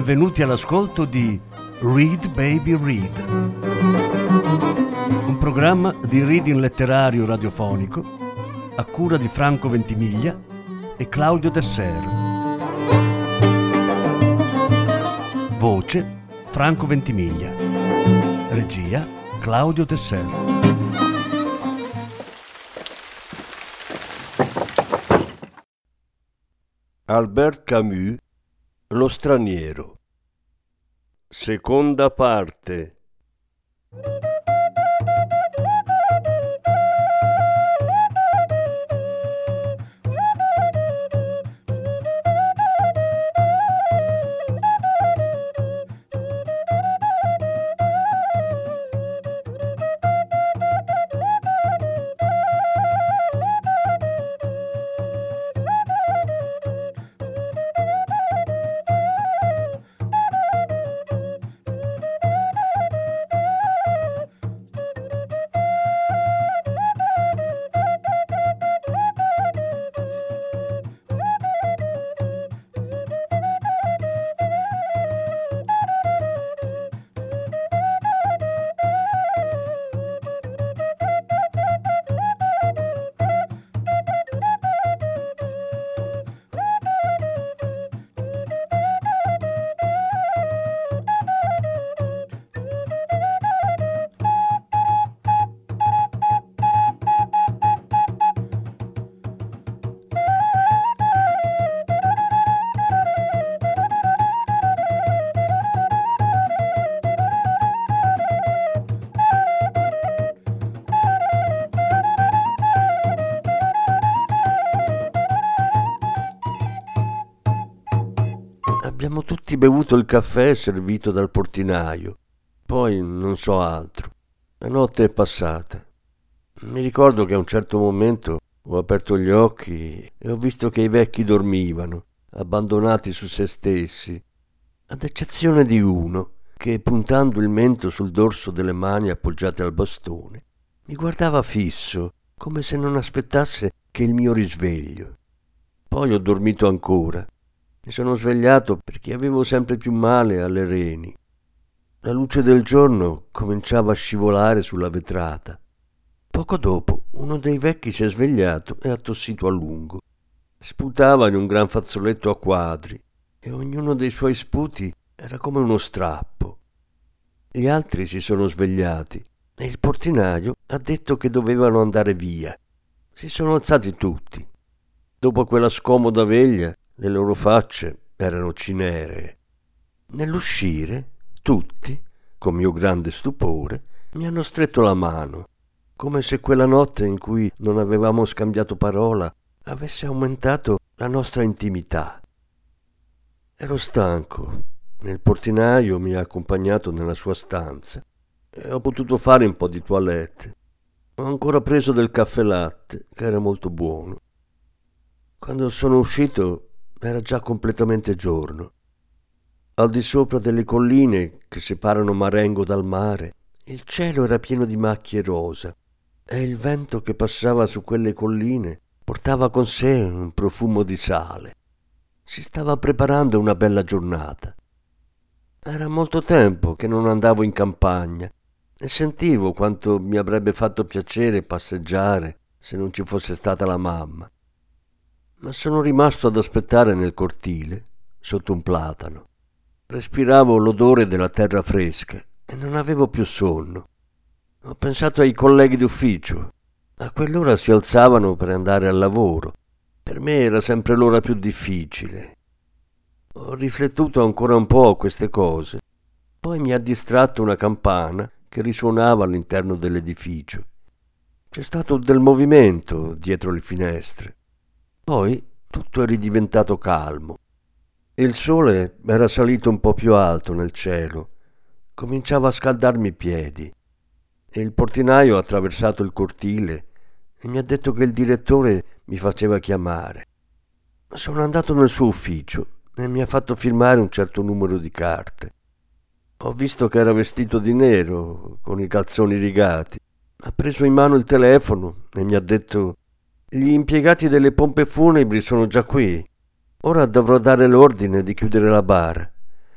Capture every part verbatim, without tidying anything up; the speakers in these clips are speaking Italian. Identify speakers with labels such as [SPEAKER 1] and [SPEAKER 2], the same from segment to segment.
[SPEAKER 1] benvenuti all'ascolto di Read Baby Read, un programma di reading letterario radiofonico a cura di Franco Ventimiglia e Claudio Desser. Voce Franco Ventimiglia. Regia Claudio Desser.
[SPEAKER 2] Albert Camus, Lo straniero. Seconda parte. Abbiamo tutti bevuto il caffè servito dal portinaio, poi non so altro. La notte è passata. Mi ricordo che a un certo momento ho aperto gli occhi e ho visto che i vecchi dormivano, abbandonati su se stessi, ad eccezione di uno che, puntando il mento sul dorso delle mani appoggiate al bastone, mi guardava fisso, come se non aspettasse che il mio risveglio. Poi ho dormito ancora. Mi sono svegliato perché avevo sempre più male alle reni. La luce del giorno cominciava a scivolare sulla vetrata. Poco dopo uno dei vecchi si è svegliato e ha tossito a lungo. Sputava in un gran fazzoletto a quadri e ognuno dei suoi sputi era come uno strappo. Gli altri si sono svegliati e il portinaio ha detto che dovevano andare via. Si sono alzati tutti. Dopo quella scomoda veglia le loro facce erano cineree. Nell'uscire, tutti, con mio grande stupore, mi hanno stretto la mano, come se quella notte in cui non avevamo scambiato parola avesse aumentato la nostra intimità. Ero stanco. Il portinaio mi ha accompagnato nella sua stanza e ho potuto fare un po' di toilette. Ho ancora preso del caffè latte, che era molto buono. Quando sono uscito era già completamente giorno. Al di sopra delle colline che separano Marengo dal mare, il cielo era pieno di macchie rosa e il vento che passava su quelle colline portava con sé un profumo di sale. Si stava preparando una bella giornata. Era molto tempo che non andavo in campagna e sentivo quanto mi avrebbe fatto piacere passeggiare se non ci fosse stata la mamma. Ma sono rimasto ad aspettare nel cortile, sotto un platano. Respiravo l'odore della terra fresca e non avevo più sonno. Ho pensato ai colleghi d'ufficio. A quell'ora si alzavano per andare al lavoro. Per me era sempre l'ora più difficile. Ho riflettuto ancora un po' a queste cose. Poi mi ha distratto una campana che risuonava all'interno dell'edificio. C'è stato del movimento dietro le finestre. Poi tutto è ridiventato calmo. Il sole era salito un po' più alto nel cielo. Cominciava a scaldarmi i piedi. E il portinaio ha attraversato il cortile e mi ha detto che il direttore mi faceva chiamare. Sono andato nel suo ufficio e mi ha fatto firmare un certo numero di carte. Ho visto che era vestito di nero, con i calzoni rigati. Ha preso in mano il telefono e mi ha detto: «Gli impiegati delle pompe funebri sono già qui. Ora dovrò dare l'ordine di chiudere la bara.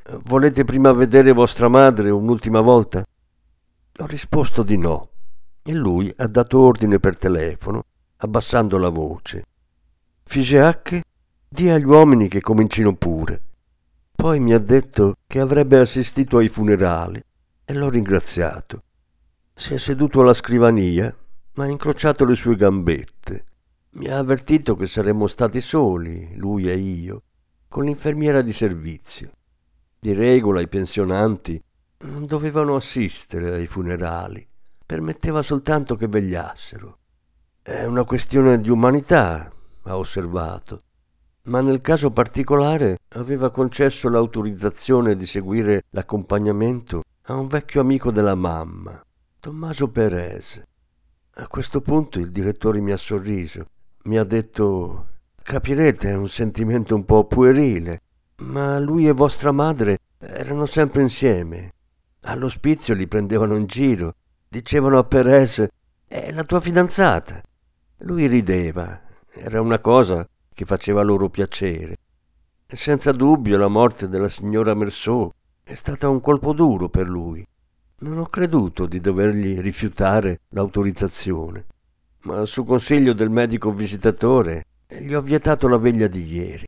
[SPEAKER 2] volete prima vedere vostra madre un'ultima volta? Ho risposto di no e lui ha dato ordine per telefono, abbassando la voce. Figeac, di agli uomini che comincino pure. Poi mi ha detto che avrebbe assistito ai funerali e l'ho ringraziato. Si è seduto alla scrivania, ma ha incrociato le sue gambette. Mi ha avvertito che saremmo stati soli, lui e io, con l'infermiera di servizio. Di regola i pensionanti non dovevano assistere ai funerali, permetteva soltanto che vegliassero. È una questione di umanità, ha osservato, ma nel caso particolare aveva concesso l'autorizzazione di seguire l'accompagnamento a un vecchio amico della mamma, Tommaso Perez. A questo punto il direttore mi ha sorriso. Mi ha detto: capirete, è un sentimento un po' puerile, ma lui e vostra madre erano sempre insieme. All'ospizio li prendevano in giro, dicevano a Perez: è la tua fidanzata. Lui rideva, era una cosa che faceva loro piacere. E senza dubbio la morte della signora Meursault è stata un colpo duro per lui. Non ho creduto di dovergli rifiutare l'autorizzazione, ma su consiglio del medico visitatore gli ho vietato la veglia di ieri.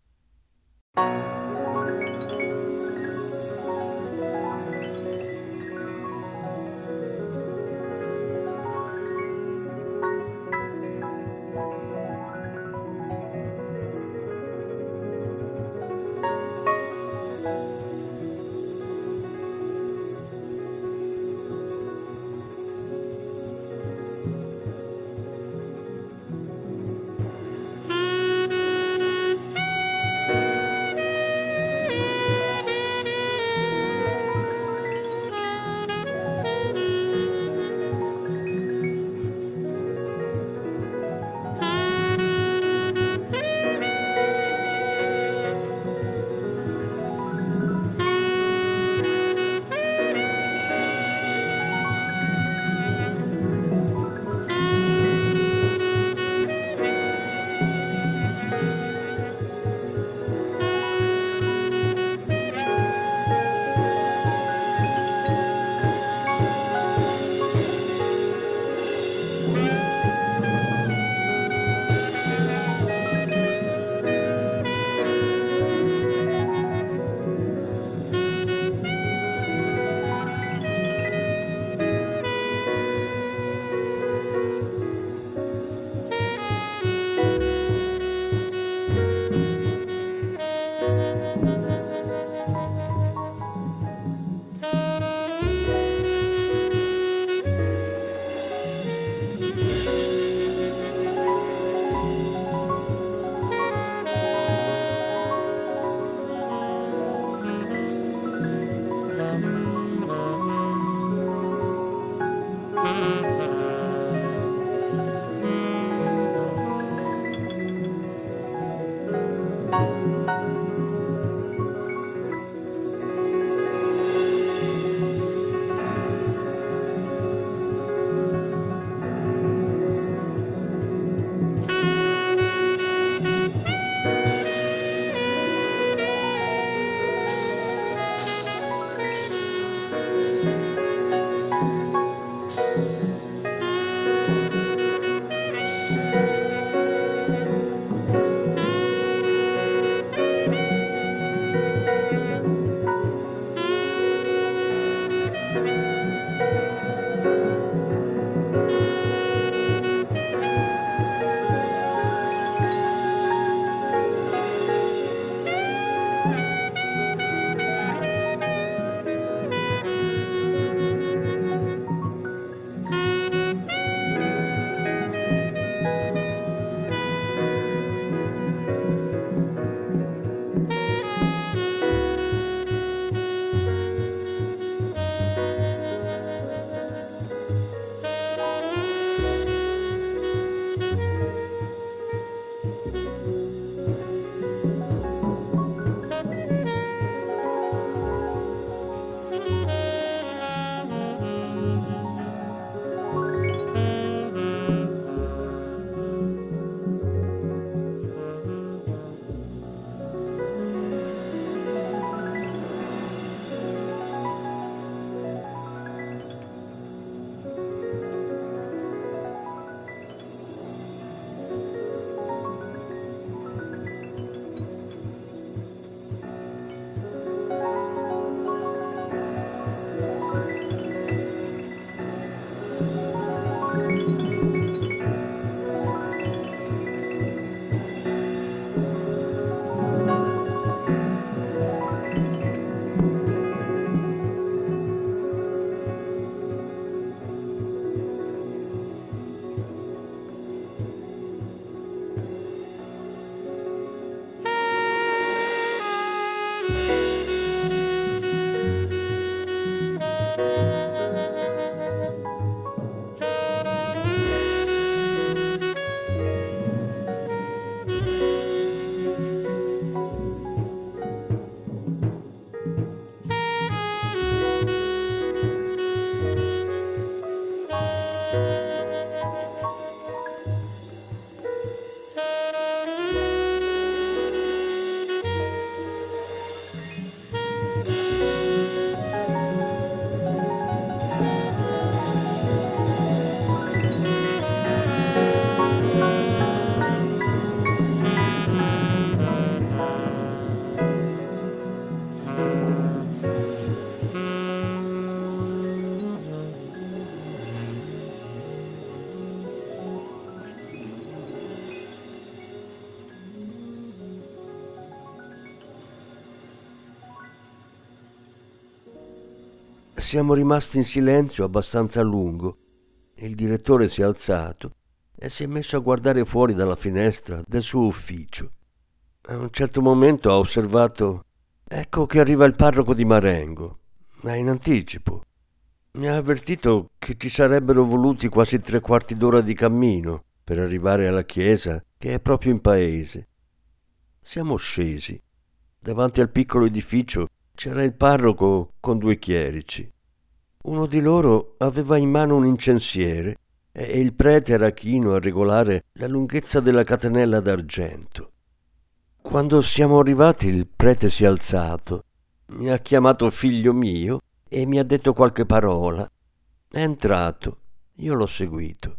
[SPEAKER 2] siamo rimasti in silenzio abbastanza a lungo. Il direttore si è alzato e si è messo a guardare fuori dalla finestra del suo ufficio. A un certo momento ha osservato: «Ecco che arriva il parroco di Marengo. È in anticipo». Mi ha avvertito che ci sarebbero voluti quasi tre quarti d'ora di cammino per arrivare alla chiesa, che è proprio in paese. Siamo scesi. Davanti al piccolo edificio c'era il parroco con due chierici. Uno di loro aveva in mano un incensiere e il prete era chino a regolare la lunghezza della catenella d'argento. Quando siamo arrivati il prete si è alzato, mi ha chiamato figlio mio e mi ha detto qualche parola. È entrato, io l'ho seguito.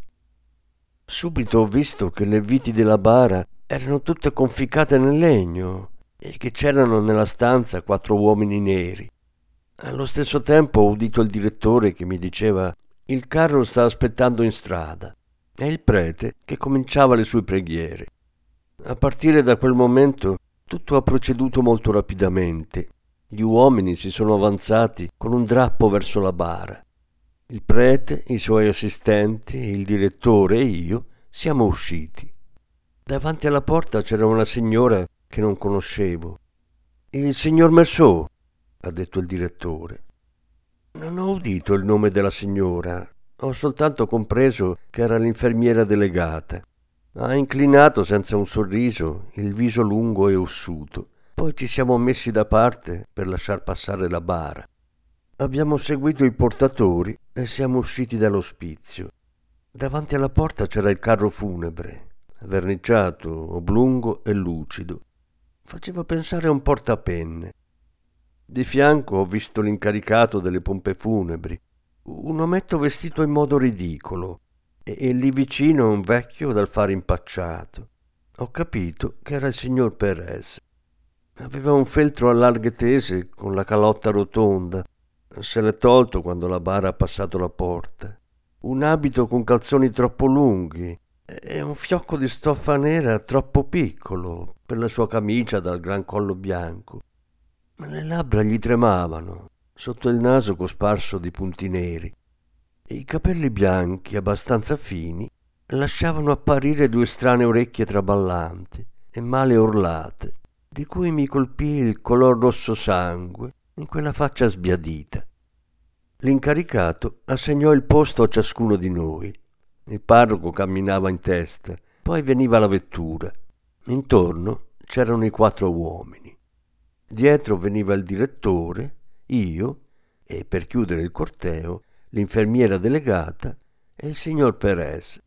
[SPEAKER 2] Subito ho visto che le viti della bara erano tutte conficcate nel legno e che c'erano nella stanza quattro uomini neri. Allo stesso tempo ho udito il direttore che mi diceva: «Il carro sta aspettando in strada», e il prete che cominciava le sue preghiere. A partire da quel momento tutto ha proceduto molto rapidamente. Gli uomini si sono avanzati con un drappo verso la bara. Il prete, i suoi assistenti, il direttore e io siamo usciti. Davanti alla porta c'era una signora che non conoscevo. «Il signor Merceau», ha detto il direttore. Non ho udito il nome della signora, ho soltanto compreso che era l'infermiera delegata. Ha inclinato senza un sorriso, il viso lungo e ossuto. Poi ci siamo messi da parte per lasciar passare la bara. Abbiamo seguito i portatori e siamo usciti dall'ospizio. Davanti alla porta c'era il carro funebre, verniciato, oblungo e lucido. Faceva pensare a un portapenne. Di fianco ho visto l'incaricato delle pompe funebri, un ometto vestito in modo ridicolo, e, e lì vicino un vecchio dal fare impacciato. Ho capito che era il signor Perez. Aveva un feltro a larghe tese con la calotta rotonda. Se l'è tolto quando la bara ha passato la porta. Un abito con calzoni troppo lunghi e un fiocco di stoffa nera troppo piccolo per la sua camicia dal gran collo bianco. Ma le labbra gli tremavano, sotto il naso cosparso di punti neri. E i capelli bianchi, abbastanza fini, lasciavano apparire due strane orecchie traballanti e male orlate, di cui mi colpì il color rosso sangue in quella faccia sbiadita. L'incaricato assegnò il posto a ciascuno di noi. Il parroco camminava in testa, poi veniva la vettura. Intorno c'erano i quattro uomini. Dietro veniva il direttore, io e, per chiudere il corteo, l'infermiera delegata e il signor Perez.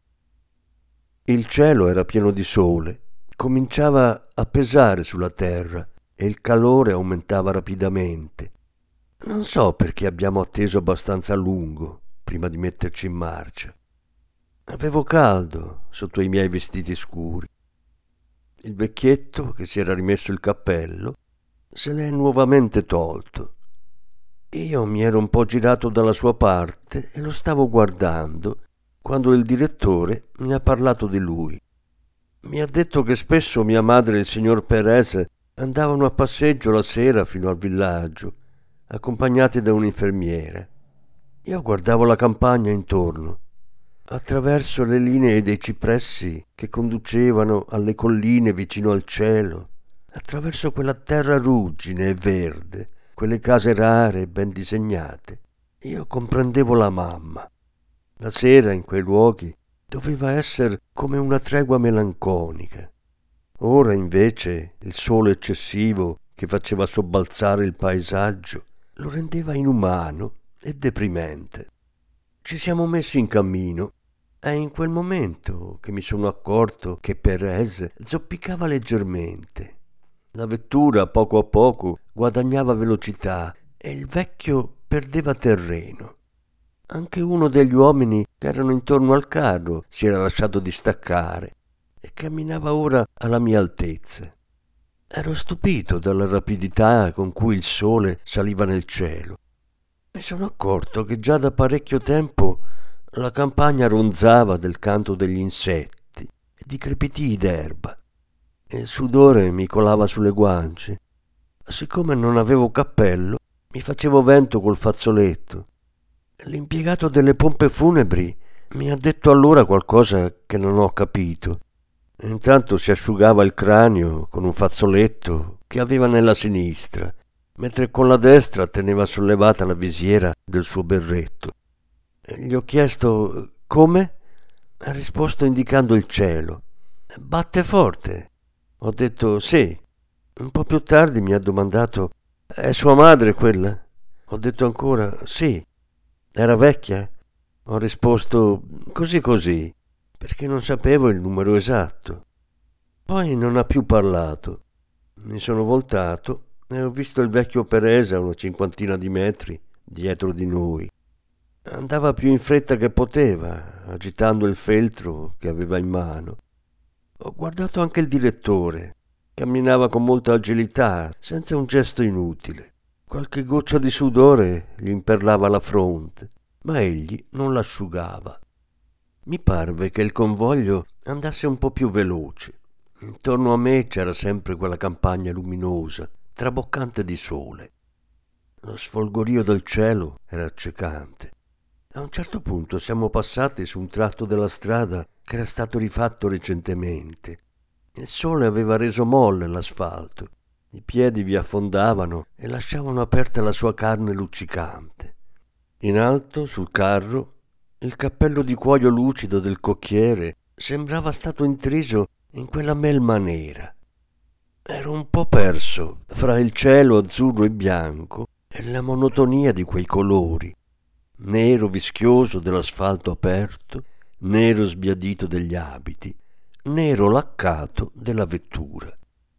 [SPEAKER 2] Il cielo era pieno di sole, cominciava a pesare sulla terra e il calore aumentava rapidamente. Non so perché abbiamo atteso abbastanza a lungo prima di metterci in marcia. Avevo caldo sotto i miei vestiti scuri. Il vecchietto, che si era rimesso il cappello, se l'è nuovamente tolto. Io mi ero un po' girato dalla sua parte e lo stavo guardando quando il direttore mi ha parlato di lui. Mi ha detto che spesso mia madre e il signor Perez andavano a passeggio la sera fino al villaggio, accompagnati da un'infermiera. Io guardavo la campagna intorno, attraverso le linee dei cipressi che conducevano alle colline vicino al cielo, attraverso quella terra ruggine e verde, quelle case rare e ben disegnate. Io comprendevo la mamma. La sera in quei luoghi doveva essere come una tregua melanconica. Ora invece il sole eccessivo che faceva sobbalzare il paesaggio lo rendeva inumano e deprimente. Ci siamo messi in cammino. È in quel momento che mi sono accorto che Perez zoppicava leggermente. La vettura poco a poco guadagnava velocità e il vecchio perdeva terreno. Anche uno degli uomini che erano intorno al carro si era lasciato distaccare e camminava ora alla mia altezza. Ero stupito dalla rapidità con cui il sole saliva nel cielo. Mi sono accorto che già da parecchio tempo la campagna ronzava del canto degli insetti e di crepitii d'erba. Il sudore mi colava sulle guance. Siccome non avevo cappello, mi facevo vento col fazzoletto L'impiegato delle pompe funebri mi ha detto allora qualcosa che non ho capito. Intanto si asciugava il cranio con un fazzoletto che aveva nella sinistra, mentre con la destra teneva sollevata la visiera del suo berretto. Gli ho chiesto come? Ha risposto indicando il cielo. Batte forte. Ho detto sì. Un po' più tardi mi ha domandato: è sua madre quella? Ho detto ancora sì. Era vecchia? Ho risposto così così, perché non sapevo il numero esatto. Poi non ha più parlato. Mi sono voltato e ho visto il vecchio Perese a una cinquantina di metri dietro di noi. Andava più in fretta che poteva, agitando il feltro che aveva in mano. Ho guardato anche il direttore. Camminava con molta agilità, senza un gesto inutile. Qualche goccia di sudore gli imperlava la fronte, ma egli non l'asciugava. Mi parve che il convoglio andasse un po' più veloce. Intorno a me c'era sempre quella campagna luminosa, traboccante di sole. Lo sfolgorio del cielo era accecante. A un certo punto siamo passati su un tratto della strada che era stato rifatto recentemente. Il sole aveva reso molle l'asfalto. I piedi vi affondavano e lasciavano aperta la sua carne luccicante. In alto, sul carro, il cappello di cuoio lucido del cocchiere sembrava stato intriso in quella melma nera. Ero un po' perso fra il cielo azzurro e bianco e la monotonia di quei colori, nero vischioso dell'asfalto aperto, nero sbiadito degli abiti, nero laccato della vettura.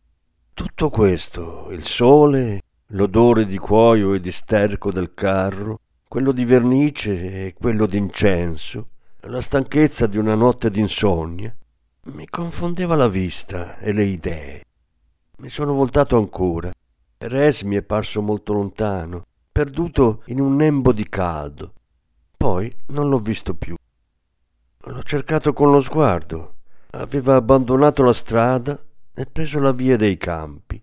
[SPEAKER 2] Tutto questo, il sole, l'odore di cuoio e di sterco del carro, quello di vernice e quello d'incenso, la stanchezza di una notte d'insonnia, mi confondeva la vista e le idee. Mi sono voltato ancora. Perez mi è parso molto lontano, perduto in un nembo di caldo. Poi non l'ho visto più. L'ho cercato con lo sguardo. Aveva abbandonato la strada e preso la via dei campi.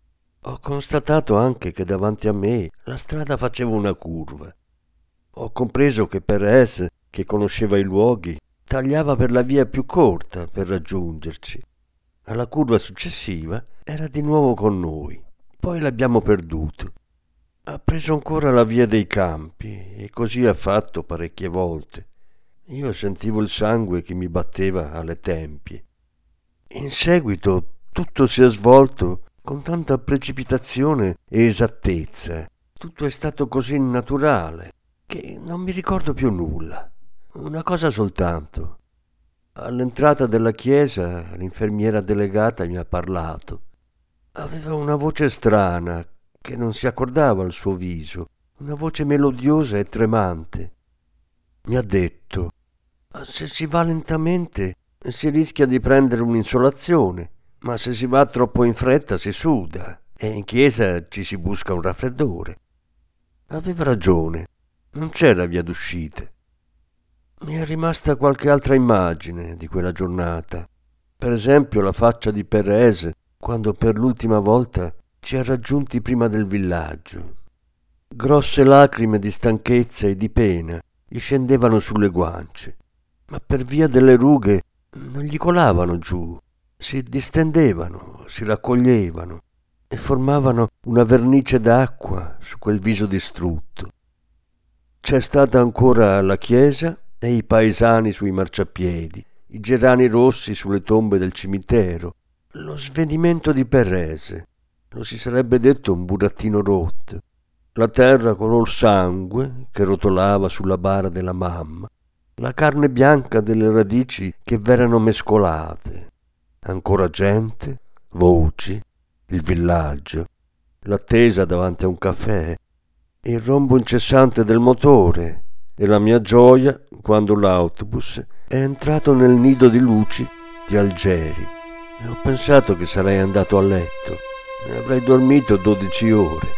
[SPEAKER 2] Ho constatato anche che davanti a me la strada faceva una curva. Ho compreso che Perez, che conosceva i luoghi, tagliava per la via più corta per raggiungerci. Alla curva successiva era di nuovo con noi. Poi l'abbiamo perduto. Ha preso ancora la via dei campi e così ha fatto parecchie volte. Io sentivo il sangue che mi batteva alle tempie. In seguito tutto si è svolto con tanta precipitazione e esattezza. Tutto è stato così naturale che non mi ricordo più nulla. Una cosa soltanto. All'entrata della chiesa l'infermiera delegata mi ha parlato. Aveva una voce strana che non si accordava al suo viso, una voce melodiosa e tremante. Mi ha detto: se si va lentamente si rischia di prendere un'insolazione, ma se si va troppo in fretta si suda e in chiesa ci si busca un raffreddore. Aveva ragione, non c'era via d'uscita. Mi è rimasta qualche altra immagine di quella giornata. Per esempio la faccia di Perez quando per l'ultima volta ci ha raggiunti prima del villaggio. Grosse lacrime di stanchezza e di pena gli scendevano sulle guance, ma per via delle rughe non gli colavano giù, si distendevano, si raccoglievano e formavano una vernice d'acqua su quel viso distrutto. C'è stata ancora la chiesa e i paesani sui marciapiedi, i gerani rossi sulle tombe del cimitero, lo svenimento di Perez, lo si sarebbe detto un burattino rotto, la terra color sangue che rotolava sulla bara della mamma, la carne bianca delle radici che v'erano mescolate, ancora gente, voci, il villaggio, l'attesa davanti a un caffè, il rombo incessante del motore e la mia gioia quando l'autobus è entrato nel nido di luci di Algeri e ho pensato che sarei andato a letto e avrei dormito dodici ore.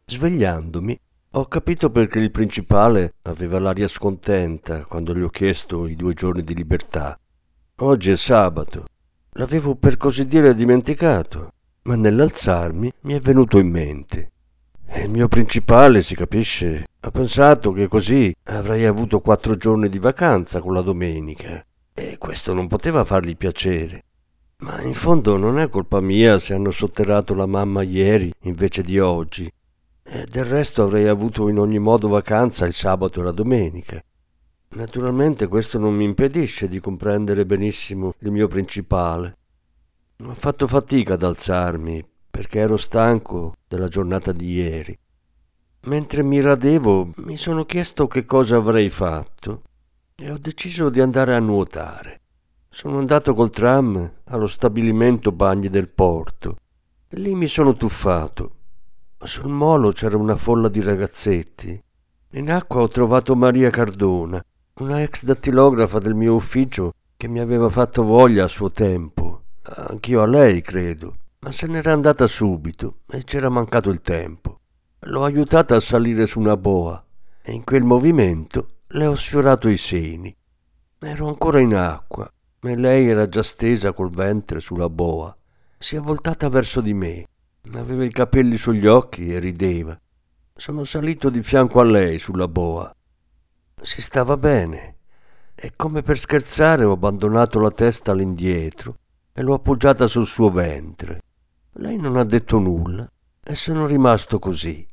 [SPEAKER 2] Svegliandomi, ho capito perché il principale aveva l'aria scontenta quando gli ho chiesto i due giorni di libertà. Oggi è sabato. L'avevo per così dire dimenticato, ma nell'alzarmi mi è venuto in mente. E il mio principale, si capisce, ha pensato che così avrei avuto quattro giorni di vacanza con la domenica, e questo non poteva fargli piacere. Ma in fondo non è colpa mia se hanno sotterrato la mamma ieri invece di oggi, e del resto avrei avuto in ogni modo vacanza il sabato e la domenica. Naturalmente questo non mi impedisce di comprendere benissimo il mio principale. Ho fatto fatica ad alzarmi perché ero stanco della giornata di ieri. Mentre mi radevo mi sono chiesto che cosa avrei fatto e ho deciso di andare a nuotare. Sono andato col tram allo stabilimento bagni del porto e lì mi sono tuffato. Sul molo c'era una folla di ragazzetti. In acqua ho trovato Maria Cardona, una ex dattilografa del mio ufficio che mi aveva fatto voglia a suo tempo. Anch'io a lei, credo, ma se n'era andata subito e c'era mancato il tempo. L'ho aiutata a salire su una boa e in quel movimento le ho sfiorato i seni. Ero ancora in acqua e lei era già stesa col ventre sulla boa. Si è voltata verso di me. Aveva i capelli sugli occhi e rideva. Sono salito di fianco a lei sulla boa. Si stava bene e come per scherzare ho abbandonato la testa all'indietro e l'ho appoggiata sul suo ventre. Lei non ha detto nulla e sono rimasto così.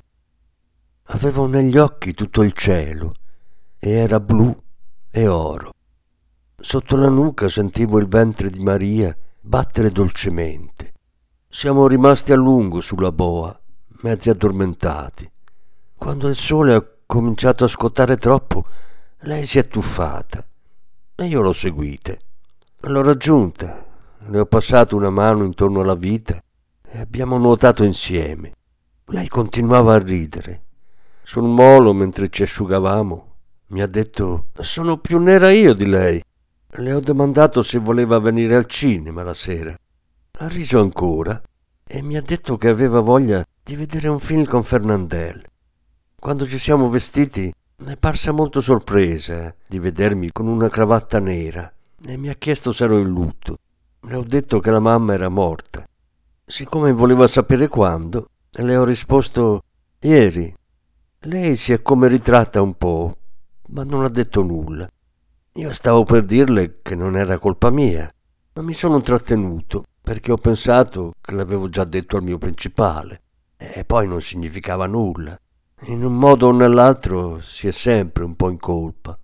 [SPEAKER 2] Avevo negli occhi tutto il cielo e era blu e oro. Sotto la nuca sentivo il ventre di Maria battere dolcemente. Siamo rimasti a lungo sulla boa, mezzi addormentati. Quando il sole ha cominciato a scottare troppo, lei si è tuffata e io l'ho seguita. L'ho raggiunta, le ho passato una mano intorno alla vita e abbiamo nuotato insieme. Lei continuava a ridere. Sul molo, mentre ci asciugavamo, mi ha detto: «Sono più nera io di lei». Le ho domandato se voleva venire al cinema la sera. Ha riso ancora e mi ha detto che aveva voglia di vedere un film con Fernandel. Quando ci siamo vestiti ne è parsa molto sorpresa di vedermi con una cravatta nera e mi ha chiesto se ero in lutto. Le ho detto che la mamma era morta. Siccome voleva sapere quando, le ho risposto: «Ieri». Lei si è come ritratta un po', ma non ha detto nulla. Io stavo per dirle che non era colpa mia, ma mi sono trattenuto perché ho pensato che l'avevo già detto al mio principale e poi non significava nulla. In un modo o nell'altro si è sempre un po' in colpa.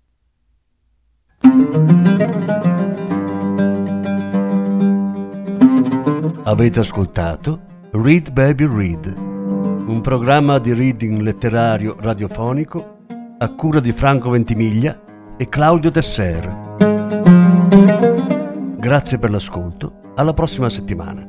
[SPEAKER 1] Avete ascoltato Read Baby Read, un programma di reading letterario radiofonico a cura di Franco Ventimiglia e Claudio Tesser. Grazie per l'ascolto, alla prossima settimana.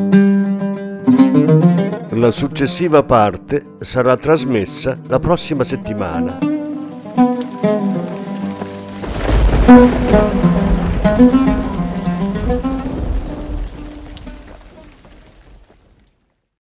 [SPEAKER 2] La successiva parte sarà trasmessa la prossima settimana.